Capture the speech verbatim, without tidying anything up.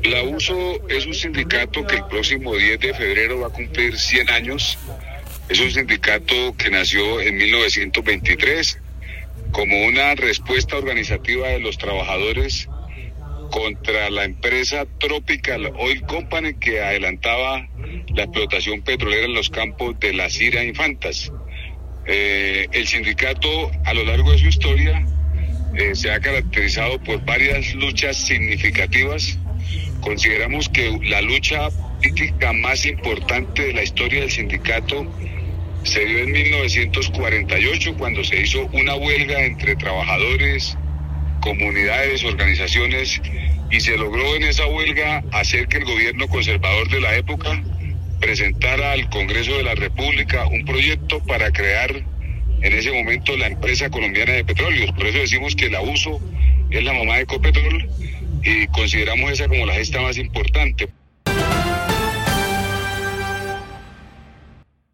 La U S O es un sindicato que el próximo diez de febrero va a cumplir cien años. Es un sindicato que nació en mil novecientos veintitrés como una respuesta organizativa de los trabajadores contra la empresa Tropical Oil Company, que adelantaba la explotación petrolera en los campos de Las Cira Infantas. Eh, el sindicato, a lo largo de su historia, eh, se ha caracterizado por varias luchas significativas. Consideramos que la lucha política más importante de la historia del sindicato se dio en mil novecientos cuarenta y ocho, cuando se hizo una huelga entre trabajadores, comunidades, organizaciones, y se logró en esa huelga hacer que el gobierno conservador de la época presentara al Congreso de la República un proyecto para crear en ese momento la empresa colombiana de petróleos. Por eso decimos que la U S O es la mamá de Ecopetrol y consideramos esa como la gesta más importante.